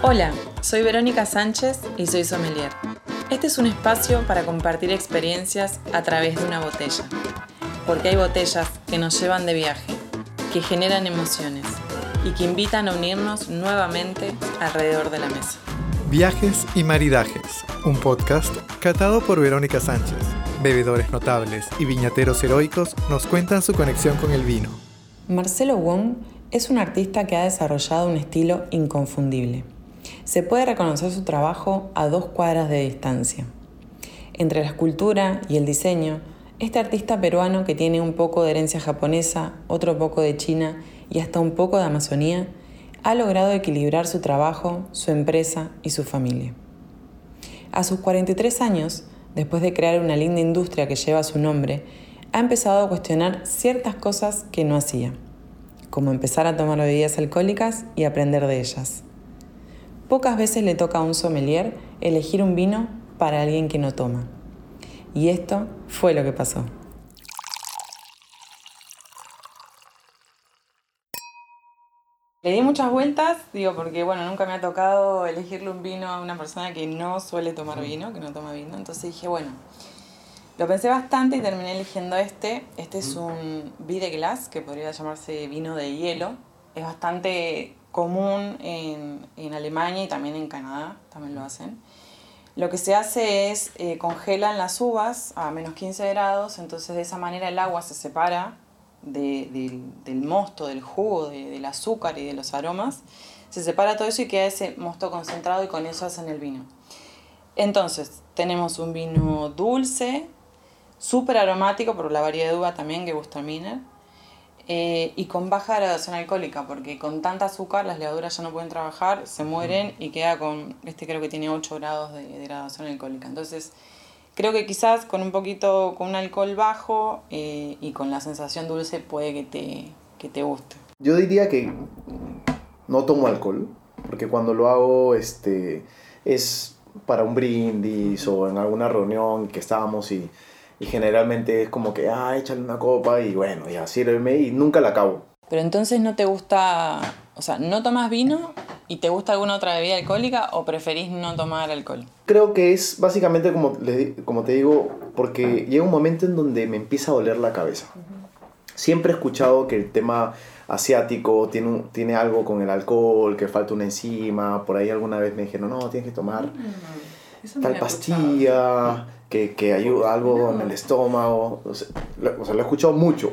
Hola, soy Verónica Sánchez y soy sommelier. Este es un espacio para compartir experiencias a través de una botella. Porque hay botellas que nos llevan de viaje, que generan emociones y que invitan a unirnos nuevamente alrededor de la mesa. Viajes y maridajes, un podcast catado por Verónica Sánchez. Bebedores notables y viñateros heroicos nos cuentan su conexión con el vino. Marcelo Wong es un artista que ha desarrollado un estilo inconfundible. Se puede reconocer su trabajo a 2 cuadras de distancia. Entre la escultura y el diseño, este artista peruano que tiene un poco de herencia japonesa, otro poco de China y hasta un poco de Amazonía, ha logrado equilibrar su trabajo, su empresa y su familia. A sus 43 años, después de crear una linda industria que lleva su nombre, ha empezado a cuestionar ciertas cosas que no hacía, como empezar a tomar bebidas alcohólicas y aprender de ellas. Pocas veces le toca a un sommelier elegir un vino para alguien que no toma. Y esto fue lo que pasó. Le di muchas vueltas, porque nunca me ha tocado elegirle un vino a una persona que no suele tomar vino, que no toma vino. Entonces dije, lo pensé bastante y terminé eligiendo este. Este es un Vin de Glace, que podría llamarse vino de hielo. Es bastante común en Alemania y también en Canadá, también lo hacen. Lo que se hace es congelan las uvas a menos 15 grados, entonces de esa manera el agua se separa del mosto, del jugo, del azúcar y de los aromas. Se separa todo eso y queda ese mosto concentrado y con eso hacen el vino. Entonces tenemos un vino dulce, súper aromático por la variedad de uva también, Gewürztraminer, y con baja graduación alcohólica, porque con tanta azúcar las levaduras ya no pueden trabajar, se mueren y queda con, creo que tiene 8 grados de graduación alcohólica. Entonces creo que quizás con un alcohol bajo y con la sensación dulce puede que te guste. Yo diría que no tomo alcohol, porque cuando lo hago es para un brindis o en alguna reunión que estábamos y generalmente es como que, échale una copa y ya sírveme y nunca la acabo. Pero entonces no te gusta, ¿no tomas vino y te gusta alguna otra bebida alcohólica o preferís no tomar alcohol? Creo que es básicamente como te digo, porque llega un momento en donde me empieza a doler la cabeza. Siempre he escuchado que el tema asiático tiene algo con el alcohol, que falta una enzima. Por ahí alguna vez me dijeron, no, tienes que tomar tal pastilla que ayuda algo en el estómago. Lo he escuchado mucho.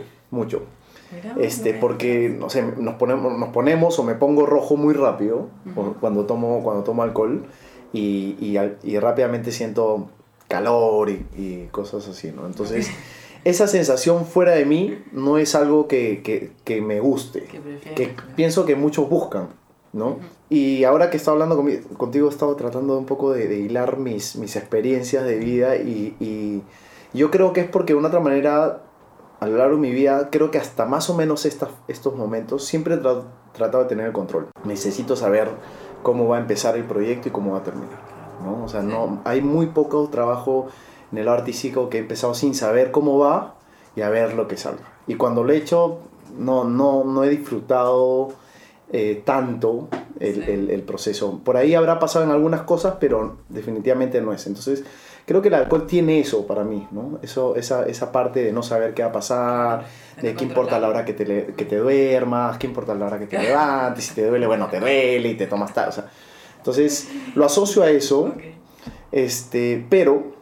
Porque nos ponemos o me pongo rojo muy rápido cuando tomo alcohol y rápidamente siento calor y cosas así, ¿no? Entonces esa sensación fuera de mí no es algo que me guste, que pienso que muchos buscan, ¿no? Y ahora que he estado hablando contigo, he estado tratando un poco de hilar mis experiencias de vida y yo creo que es porque de una otra manera, a lo largo de mi vida, creo que hasta más o menos estos momentos siempre he tratado de tener el control. Necesito saber cómo va a empezar el proyecto y cómo va a terminar, ¿no? No, hay muy poco trabajo en el artístico que he empezado sin saber cómo va y a ver lo que salga. Y cuando lo he hecho, no he disfrutado tanto el proceso. Por ahí habrá pasado en algunas cosas, pero definitivamente no es. Entonces, creo que el alcohol tiene eso para mí, ¿no? Esa parte de no saber qué va a pasar, de qué importa la hora que te duermas, qué importa la hora que te levantes, si te duele, te duele y te tomas tal. Entonces, lo asocio a eso, pero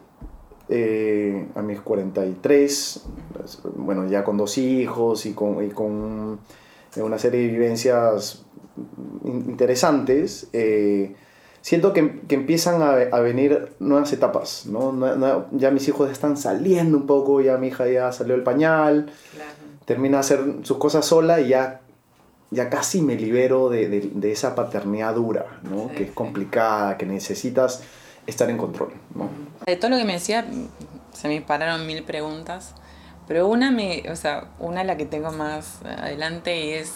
a mis 43, ya con 2 hijos y con una serie de vivencias interesantes, siento que empiezan a venir nuevas etapas, ¿no? Ya mis hijos están saliendo un poco, ya mi hija ya salió del pañal, claro. Termina de hacer sus cosas sola y ya casi me libero de esa paternidad dura, ¿no? Sí, que es complicada, que necesitas estar en control, ¿no? De todo lo que me decía, se me dispararon 1000 preguntas, pero una la que tengo más adelante es...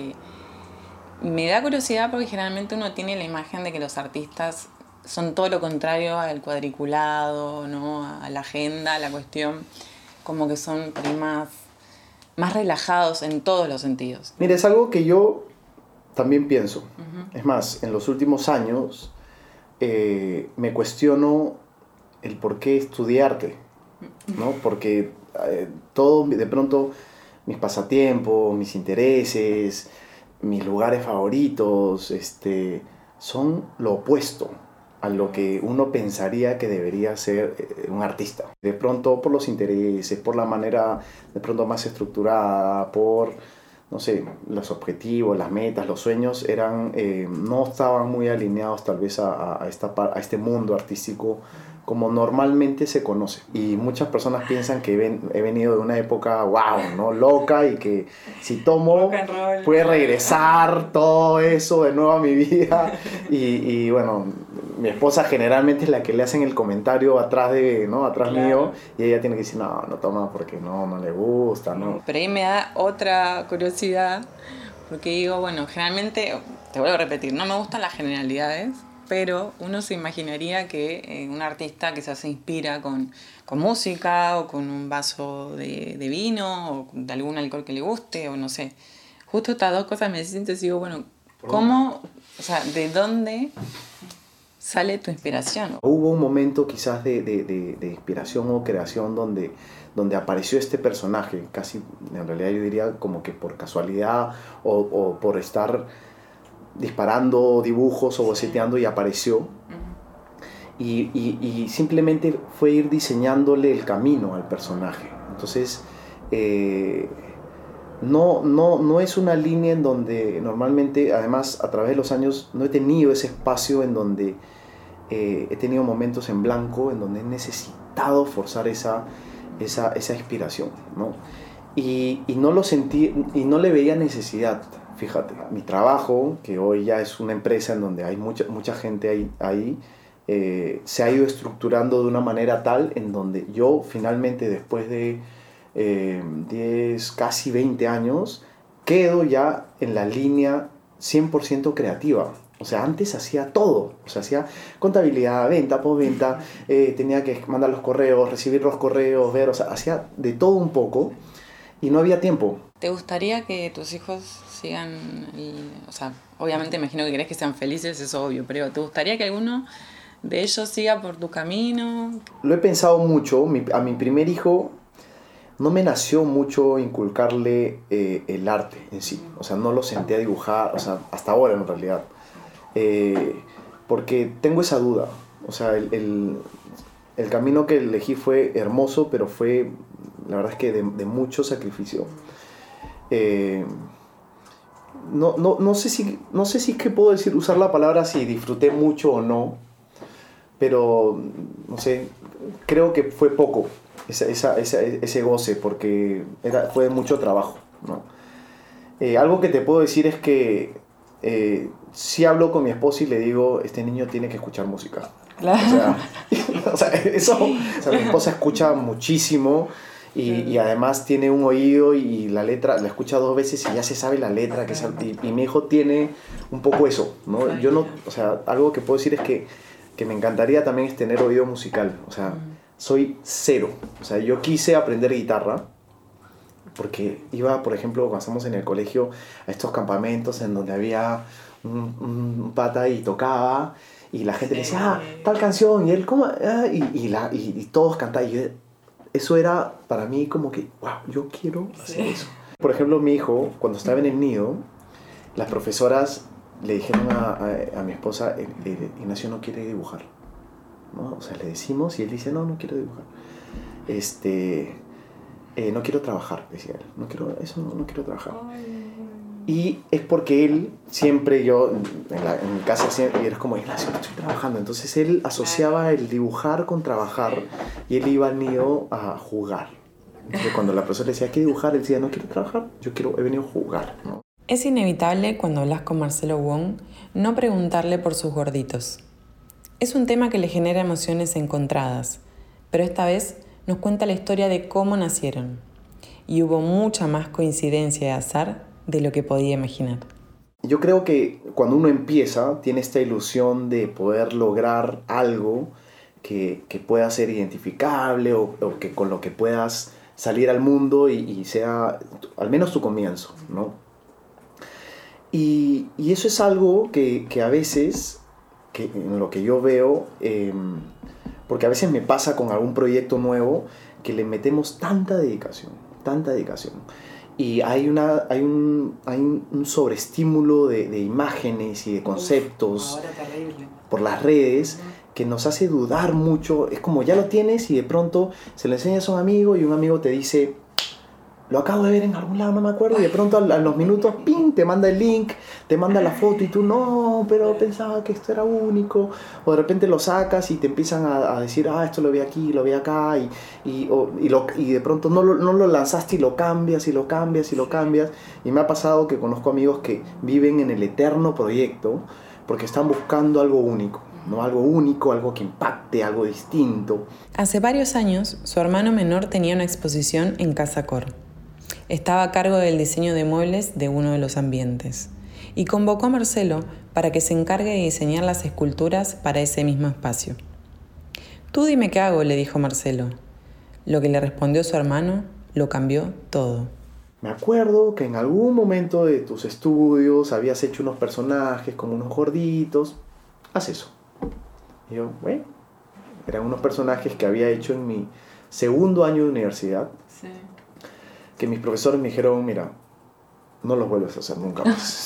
me da curiosidad porque generalmente uno tiene la imagen de que los artistas son todo lo contrario al cuadriculado, ¿no? A la agenda, a la cuestión, como que son más relajados en todos los sentidos. Mira, es algo que yo también pienso. Es más, en los últimos años me cuestiono el por qué estudiarte, ¿no? Porque todo, de pronto, mis pasatiempos, mis intereses, mis lugares favoritos, son lo opuesto a lo que uno pensaría que debería ser un artista. De pronto, por los intereses, por la manera de pronto más estructurada, por, no sé, los objetivos, las metas, los sueños, no estaban muy alineados tal vez a este mundo artístico como normalmente se conoce. Y muchas personas piensan que he venido de una época, wow, ¿no? Loca, y que si tomo puede regresar todo eso de nuevo a mi vida. Y bueno, mi esposa generalmente es la que le hacen el comentario atrás mío, y ella tiene que decir, no toma porque no le gusta, ¿no? Pero ahí me da otra curiosidad, porque digo, bueno, generalmente, te vuelvo a repetir, no me gustan las generalidades, pero uno se imaginaría que un artista quizás se inspira con música o con un vaso de vino o de algún alcohol que le guste o no sé. Justo estas dos cosas me siento y digo, bueno, ¿cómo, o sea, de dónde sale tu inspiración? Hubo un momento quizás de inspiración o creación donde apareció este personaje, casi en realidad yo diría como que por casualidad o por estar disparando dibujos o boceteando y apareció. Y simplemente fue ir diseñándole el camino al personaje. Entonces, no es una línea en donde normalmente, además, a través de los años, no he tenido ese espacio en donde he tenido momentos en blanco, en donde he necesitado forzar esa inspiración, ¿no? Y no lo sentí, y no le veía necesidad. Fíjate, mi trabajo, que hoy ya es una empresa en donde hay mucha gente ahí, se ha ido estructurando de una manera tal en donde yo finalmente, después de 10, casi 20 años, quedo ya en la línea 100% creativa. O sea, antes hacía todo. O sea, hacía contabilidad, venta, postventa, tenía que mandar los correos, recibir los correos, ver, o sea, hacía de todo un poco y no había tiempo. ¿Te gustaría que tus hijos sigan, o sea, obviamente imagino que querés que sean felices, eso es obvio, pero ¿te gustaría que alguno de ellos siga por tu camino? Lo he pensado mucho. A mi primer hijo no me nació mucho inculcarle el arte en sí. O sea, no lo senté a dibujar, o sea, hasta ahora en realidad. Porque tengo esa duda. O sea, el camino que elegí fue hermoso, pero fue, la verdad es que de mucho sacrificio. No sé si qué puedo decir, usar la palabra si disfruté mucho o no, pero no sé, creo que fue poco ese goce, porque fue mucho trabajo, ¿no? Algo que te puedo decir es que sí hablo con mi esposa y le digo, este niño tiene que escuchar música. Claro. O sea, mi esposa escucha muchísimo. Y además tiene un oído y la letra la escucha 2 veces y ya se sabe la letra. Y mi hijo tiene un poco eso, ¿no? Yo no, o sea, algo que puedo decir es que me encantaría también es tener oído musical. O sea, soy cero. O sea, yo quise aprender guitarra porque iba, por ejemplo, cuando estábamos en el colegio, a estos campamentos en donde había un pata y tocaba y la gente le decía, tal canción, y él, ¿cómo? Y todos cantaban. Y yo, eso era para mí como que, wow, yo quiero hacer eso. Por ejemplo, mi hijo, cuando estaba en el nido, las profesoras le dijeron a mi esposa, Ignacio no quiere dibujar, ¿no? O sea, le decimos y él dice, no quiero dibujar. No quiero trabajar, decía él. No quiero trabajar. Y es porque él, siempre yo, en mi casa, siempre, era como, Ignacio, estoy trabajando. Entonces él asociaba el dibujar con trabajar y él iba al nido a jugar. Entonces cuando la profesora le decía, ¿qué dibujar? Él decía, no quiero trabajar, he venido a jugar, ¿no? Es inevitable, cuando hablas con Marcelo Wong, no preguntarle por sus gorditos. Es un tema que le genera emociones encontradas, pero esta vez nos cuenta la historia de cómo nacieron. Y hubo mucha más coincidencia de azar de lo que podía imaginar. Yo creo que cuando uno empieza, tiene esta ilusión de poder lograr algo que pueda ser identificable o que con lo que puedas salir al mundo y sea al menos tu comienzo, ¿no? Y eso es algo que a veces, que en lo que yo veo, porque a veces me pasa con algún proyecto nuevo, que le metemos tanta dedicación. Y hay un sobreestímulo de imágenes y de conceptos por las redes que nos hace dudar mucho. Es como ya lo tienes y de pronto se lo enseñas a un amigo y un amigo te dice, lo acabo de ver en algún lado, no me acuerdo, y de pronto a los minutos, ¡ping!, te manda el link, te manda la foto y tú, no, pero pensaba que esto era único. O de repente lo sacas y te empiezan a decir, esto lo vi aquí, lo vi acá, y de pronto no lo lanzaste y lo cambias. Y me ha pasado que conozco amigos que viven en el eterno proyecto porque están buscando algo único, ¿no? Algo único, algo que impacte, algo distinto. Hace varios años, su hermano menor tenía una exposición en Casa Cor. Estaba a cargo del diseño de muebles de uno de los ambientes y convocó a Marcelo para que se encargue de diseñar las esculturas para ese mismo espacio. «Tú dime qué hago», le dijo Marcelo. Lo que le respondió su hermano lo cambió todo. Me acuerdo que en algún momento de tus estudios habías hecho unos personajes como unos gorditos. Haz eso. Y yo, bueno, eran unos personajes que había hecho en mi segundo año de universidad. Sí. Que mis profesores me dijeron, mira, no los vuelves a hacer nunca más.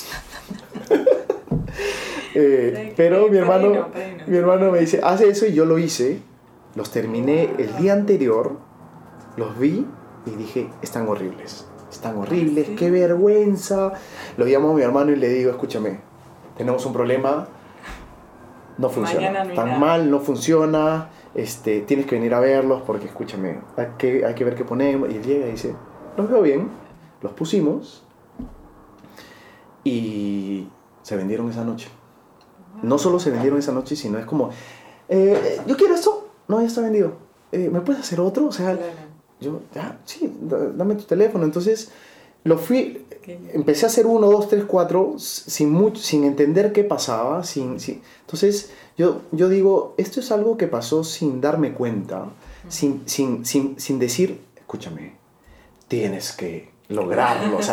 Pero mi hermano me dice, haz eso, y yo lo hice. Los terminé el día anterior, los vi y dije, están horribles, ¿sí? Qué vergüenza. Lo llamo a mi hermano y le digo, escúchame, tenemos un problema, no funciona, tan mal, no funciona, tienes que venir a verlos porque, escúchame, hay que ver qué ponemos. Y él llega y dice, los veo bien, los pusimos y se vendieron esa noche. No solo se vendieron esa noche, sino es como, yo quiero esto, no, ya está vendido, ¿me puedes hacer otro? O sea, yo, ya, sí, dame tu teléfono. Entonces empecé a hacer 1, 2, 3, 4 sin entender qué pasaba. Entonces yo digo, esto es algo que pasó sin darme cuenta, sin decir, escúchame, tienes que lograrlo, la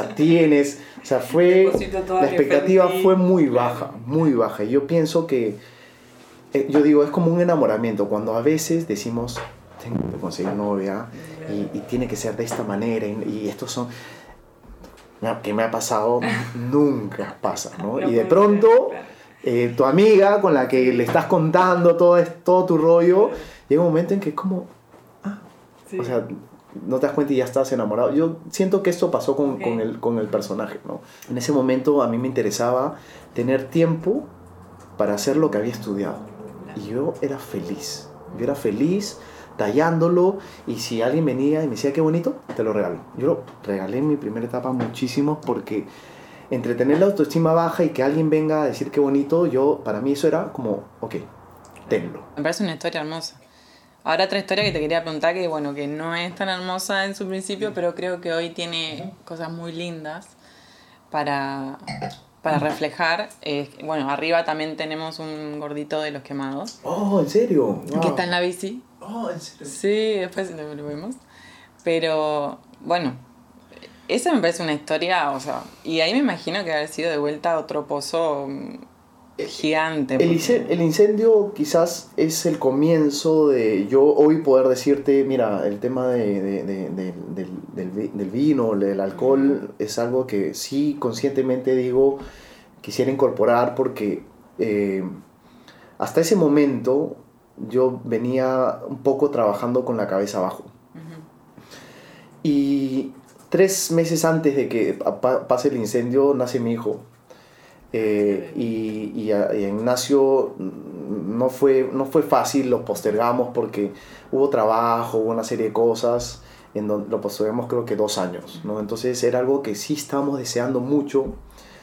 expectativa fue muy baja. Y yo pienso que, yo digo, es como un enamoramiento, cuando a veces decimos, tengo que conseguir novia y tiene que ser de esta manera, y estos son, que me ha pasado, nunca pasa, ¿no? Y de pronto, tu amiga con la que le estás contando todo tu rollo, llega un momento en que es como, o sea, no te das cuenta y ya estás enamorado. Yo siento que esto pasó con el personaje, ¿no? En ese momento a mí me interesaba tener tiempo para hacer lo que había estudiado. Y yo era feliz tallándolo, y si alguien venía y me decía qué bonito, te lo regalo. Yo lo regalé en mi primera etapa muchísimo, porque entre tener la autoestima baja y que alguien venga a decir qué bonito, para mí eso era como, ok, tenlo. Me parece una historia hermosa. Ahora otra historia que te quería preguntar, que bueno, que no es tan hermosa en su principio, pero creo que hoy tiene cosas muy lindas para reflejar. Bueno, arriba también tenemos un gordito de Los Quemados. Oh, ¿en serio? Wow. Que está en la bici. Oh, ¿en serio? Sí, después lo vemos. Pero, bueno, esa me parece una historia, o sea, y ahí me imagino que haber sido de vuelta otro pozo gigante. El incendio quizás es el comienzo de yo hoy poder decirte, mira, el tema del vino, del alcohol, es algo que sí conscientemente digo, quisiera incorporar, porque hasta ese momento yo venía un poco trabajando con la cabeza abajo. Y 3 meses antes de que pase el incendio nace mi hijo. Y a Ignacio no fue fácil, lo postergamos porque hubo trabajo, hubo una serie de cosas, en donde lo postergamos creo que 2 años, ¿no? Entonces era algo que sí estábamos deseando mucho,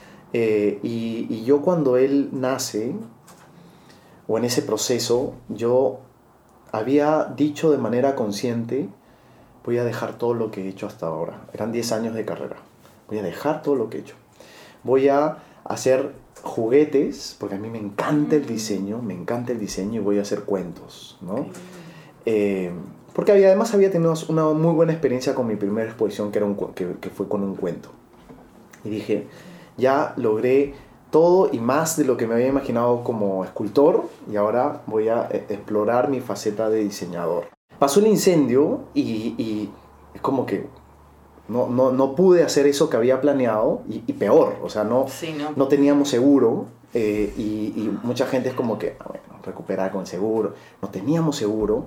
y yo cuando él nace, o en ese proceso, yo había dicho de manera consciente, voy a dejar todo lo que he hecho hasta ahora. Eran 10 años de carrera. Voy a dejar todo lo que he hecho. Voy a hacer juguetes, porque a mí me encanta el diseño, y voy a hacer cuentos, ¿no? Porque además había tenido una muy buena experiencia con mi primera exposición, que fue con un cuento. Y dije, ya logré todo y más de lo que me había imaginado como escultor, y ahora voy a explorar mi faceta de diseñador. Pasó el incendio y es como que no pude hacer eso que había planeado, y peor, o sea, no teníamos seguro, y mucha gente es como que, bueno, recuperar con seguro, no teníamos seguro,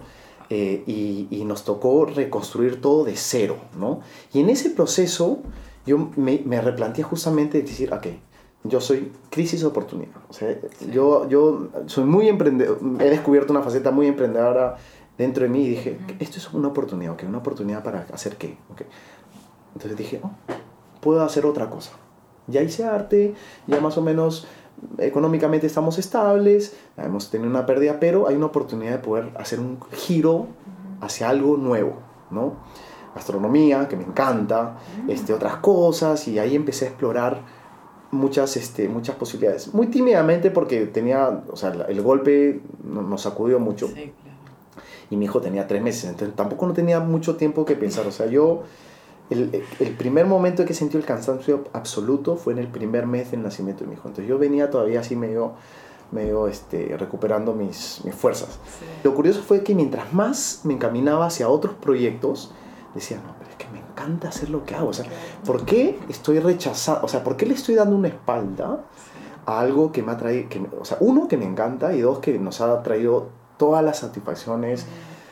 y nos tocó reconstruir todo de cero, ¿no? Y en ese proceso yo me replanteé justamente decir, ok, yo soy crisis de oportunidad, o sea, yo soy muy emprendedor, he descubierto una faceta muy emprendedora dentro de mí, y dije, esto es una oportunidad, okay, una oportunidad para hacer qué, okay. Entonces dije, puedo hacer otra cosa. Ya hice arte, ya más o menos económicamente estamos estables, hemos tenido una pérdida, pero hay una oportunidad de poder hacer un giro hacia algo nuevo, ¿no? Gastronomía, que me encanta, otras cosas, y ahí empecé a explorar muchas posibilidades. Muy tímidamente, porque tenía, o sea, el golpe nos sacudió mucho. Sí, claro. Y mi hijo tenía 3 meses, entonces tampoco no tenía mucho tiempo que pensar. O sea, yo, el primer momento en que sentí el cansancio absoluto fue en el primer mes del nacimiento de mi hijo. Entonces yo venía todavía así medio recuperando mis fuerzas. Sí. Lo curioso fue que mientras más me encaminaba hacia otros proyectos, decía, no, pero es que me encanta hacer lo que hago. O sea, ¿por qué estoy rechazando? O sea, ¿por qué le estoy dando una espalda a algo que me ha traído, o sea, uno, que me encanta, y dos, que nos ha traído todas las satisfacciones,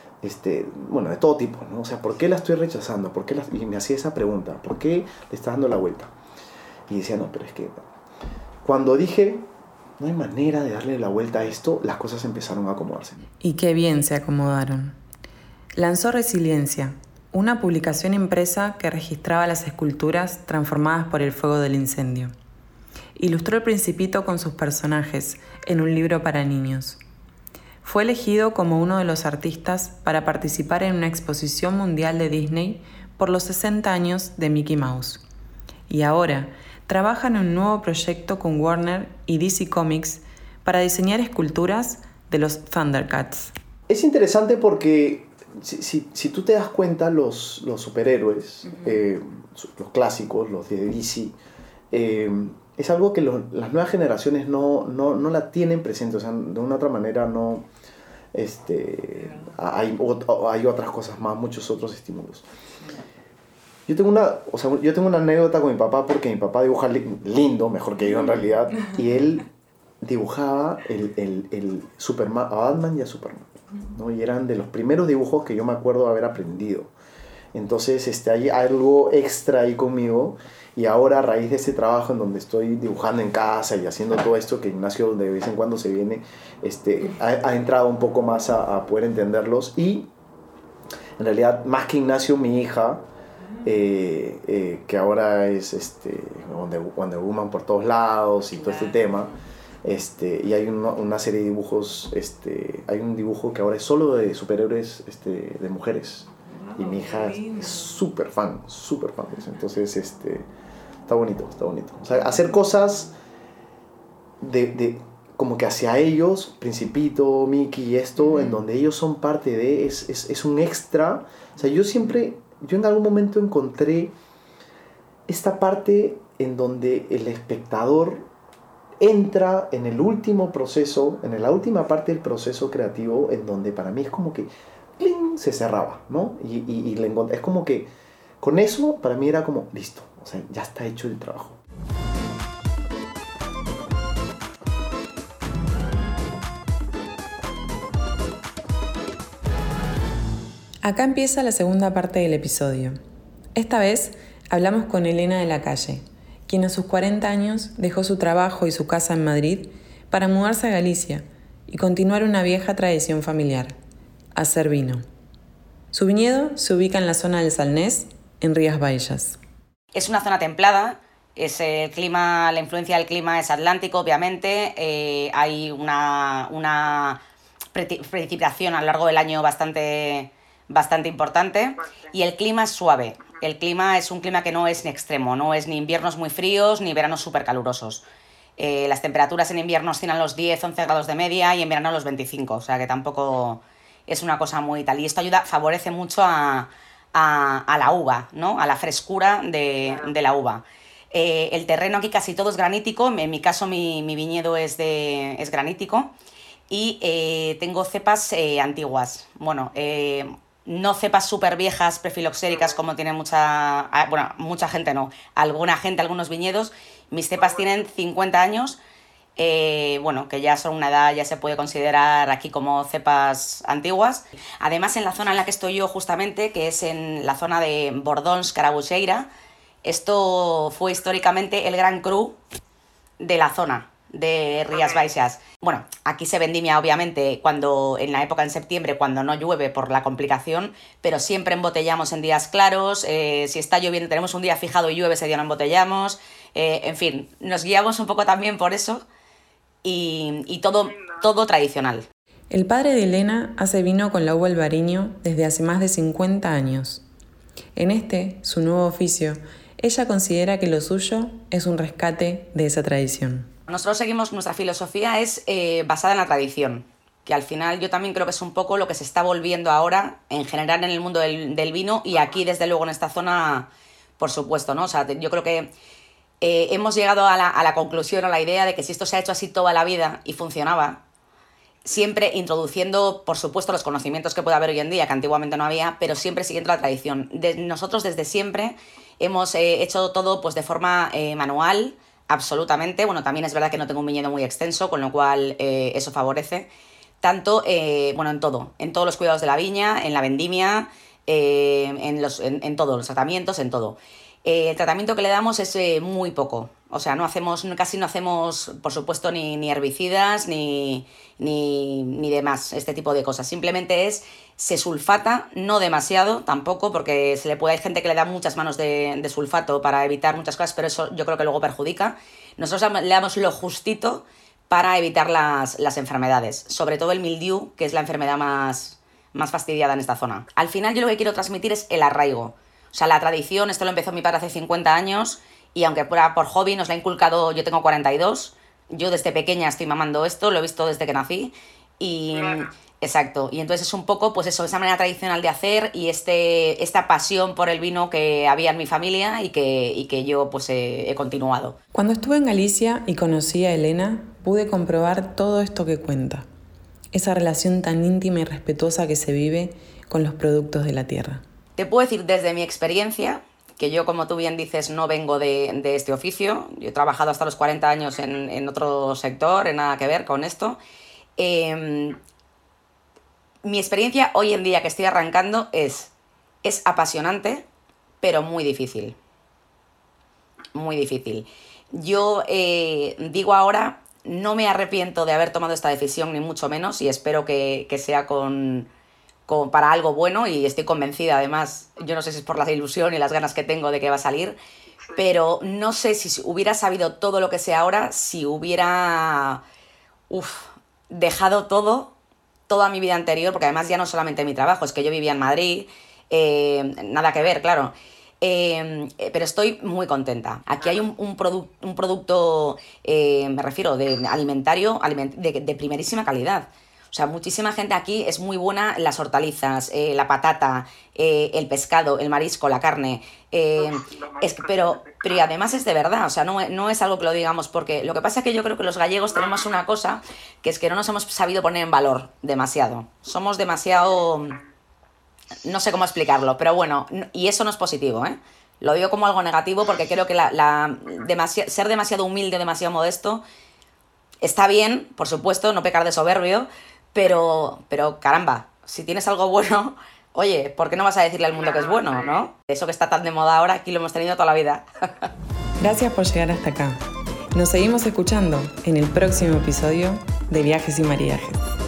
bueno, de todo tipo, ¿no? O sea, ¿por qué la estoy rechazando? Y me hacía esa pregunta, ¿por qué le está dando la vuelta? Y decía, no, pero es que cuando dije, no hay manera de darle la vuelta a esto, las cosas empezaron a acomodarse. Y qué bien se acomodaron. Lanzó Resiliencia, una publicación impresa que registraba las esculturas transformadas por el fuego del incendio. Ilustró El Principito con sus personajes en un libro para niños. Fue elegido como uno de los artistas para participar en una exposición mundial de Disney por los 60 años de Mickey Mouse. Y ahora trabaja en un nuevo proyecto con Warner y DC Comics para diseñar esculturas de los Thundercats. Es interesante porque si tú te das cuenta, los superhéroes, los clásicos, los de DC, es algo que las nuevas generaciones no la tienen presente. O sea, de una otra manera no, hay otras cosas más, muchos otros estímulos. Yo tengo una anécdota con mi papá, porque mi papá dibuja lindo, mejor que yo en realidad, y él dibujaba el Superman, a Batman y a Superman, ¿no? Y eran de los primeros dibujos que yo me acuerdo haber aprendido. Entonces hay algo extra ahí conmigo, y ahora, a raíz de ese trabajo en donde estoy dibujando en casa y haciendo todo esto, que Ignacio de vez en cuando se viene, ha entrado un poco más a poder entenderlos. Y en realidad, más que Ignacio, mi hija, que ahora es Wonder Woman por todos lados y todo este tema, y hay una serie de dibujos, hay un dibujo que ahora es solo de superhéroes de mujeres, y mi hija es súper fan de eso. Entonces está bonito. O sea, hacer cosas de como que hacia ellos, Principito, Mickey y esto, en donde ellos son parte de, es un extra. O sea, yo en algún momento encontré esta parte en donde el espectador entra en el último proceso, en la última parte del proceso creativo, en donde para mí es como que ¡pling!, se cerraba, ¿no? Y es como que con eso para mí era como listo, o sea, ya está hecho el trabajo. Acá empieza la segunda parte del episodio. Esta vez hablamos con Elena de la Calle, quien a sus 40 años dejó su trabajo y su casa en Madrid para mudarse a Galicia y continuar una vieja tradición familiar, hacer vino. Su viñedo se ubica en la zona del Salnés, en Rías Baixas. Es una zona templada, la influencia del clima es atlántico, obviamente. Hay una precipitación a lo largo del año bastante importante, y el clima es suave. El clima es un clima que no es ni extremo, no es ni inviernos muy fríos ni veranos súper calurosos. Las temperaturas en invierno oscilan los 10-11 grados de media y en verano los 25, o sea que tampoco es una cosa muy tal. Y esto favorece mucho a la uva, ¿no? A la frescura de la uva. El terreno aquí casi todo es granítico, en mi caso mi viñedo es granítico y tengo cepas antiguas. Bueno, no cepas súper viejas, prefiloxéricas, como tiene mucha gente no, algunos viñedos. Mis cepas tienen 50 años, que ya son una edad, ya se puede considerar aquí como cepas antiguas. Además, en la zona en la que estoy yo justamente, que es en la zona de Bordons-Carabuixeira, esto fue históricamente el gran cru de la zona de Rías Baixas. Bueno, aquí se vendimia obviamente en la época en septiembre, cuando no llueve por la complicación, pero siempre embotellamos en días claros. Si está lloviendo, tenemos un día fijado y llueve, ese día no embotellamos. En fin, nos guiamos un poco también por eso y todo tradicional. El padre de Elena hace vino con la uva albariño desde hace más de 50 años. En su nuevo oficio, ella considera que lo suyo es un rescate de esa tradición. Nosotros seguimos, nuestra filosofía es basada en la tradición, que al final yo también creo que es un poco lo que se está volviendo ahora en general en el mundo del vino y aquí desde luego en esta zona, por supuesto, ¿no? O sea, yo creo que hemos llegado a la conclusión, a la idea de que si esto se ha hecho así toda la vida y funcionaba, siempre introduciendo, por supuesto, los conocimientos que puede haber hoy en día, que antiguamente no había, pero siempre siguiendo la tradición. Nosotros desde siempre hemos hecho todo pues, de forma manual, absolutamente. Bueno, también es verdad que no tengo un viñedo muy extenso, con lo cual eso favorece. Tanto, en todo, en todos los cuidados de la viña, en la vendimia, en todos los tratamientos, en todo. El tratamiento que le damos es muy poco. O sea, casi no hacemos, por supuesto, ni herbicidas ni demás, este tipo de cosas. Simplemente se sulfata, no demasiado tampoco, porque hay gente que le da muchas manos de sulfato para evitar muchas cosas, pero eso yo creo que luego perjudica. Nosotros le damos lo justito para evitar las enfermedades, sobre todo el mildiu, que es la enfermedad más fastidiada en esta zona. Al final yo lo que quiero transmitir es el arraigo. O sea, la tradición, esto lo empezó mi padre hace 50 años y aunque por hobby nos lo ha inculcado, yo tengo 42, yo desde pequeña estoy mamando esto, lo he visto desde que nací y... Claro. Exacto, y entonces es un poco pues eso, esa manera tradicional de hacer y esta pasión por el vino que había en mi familia y que yo pues he continuado. Cuando estuve en Galicia y conocí a Elena, pude comprobar todo esto que cuenta, esa relación tan íntima y respetuosa que se vive con los productos de la tierra. Te puedo decir desde mi experiencia, que yo, como tú bien dices, no vengo de este oficio. Yo he trabajado hasta los 40 años en otro sector, en nada que ver con esto. Mi experiencia hoy en día que estoy arrancando es apasionante, pero muy difícil. Muy difícil. Yo digo ahora, no me arrepiento de haber tomado esta decisión, ni mucho menos, y espero que sea para algo bueno y estoy convencida, además, yo no sé si es por la ilusión y las ganas que tengo de que va a salir, pero no sé si hubiera sabido todo lo que sé ahora, si hubiera dejado toda mi vida anterior, porque además ya no solamente mi trabajo, es que yo vivía en Madrid, nada que ver, claro, pero estoy muy contenta. Aquí hay un producto, me refiero, de alimentario, de primerísima calidad. O sea, muchísima gente aquí es muy buena en las hortalizas, la patata, el pescado, el marisco, la carne. Pero además es de verdad, o sea, no es algo que lo digamos porque... Lo que pasa es que yo creo que los gallegos tenemos una cosa, que es que no nos hemos sabido poner en valor demasiado. Somos demasiado... No sé cómo explicarlo, pero bueno, y eso no es positivo, ¿eh? Lo digo como algo negativo porque creo que ser demasiado humilde, demasiado modesto, está bien, por supuesto, no pecar de soberbio, pero caramba, si tienes algo bueno, oye, ¿por qué no vas a decirle al mundo que es bueno, no? Eso que está tan de moda ahora, aquí lo hemos tenido toda la vida. Gracias por llegar hasta acá. Nos seguimos escuchando en el próximo episodio de Viajes y Maridajes.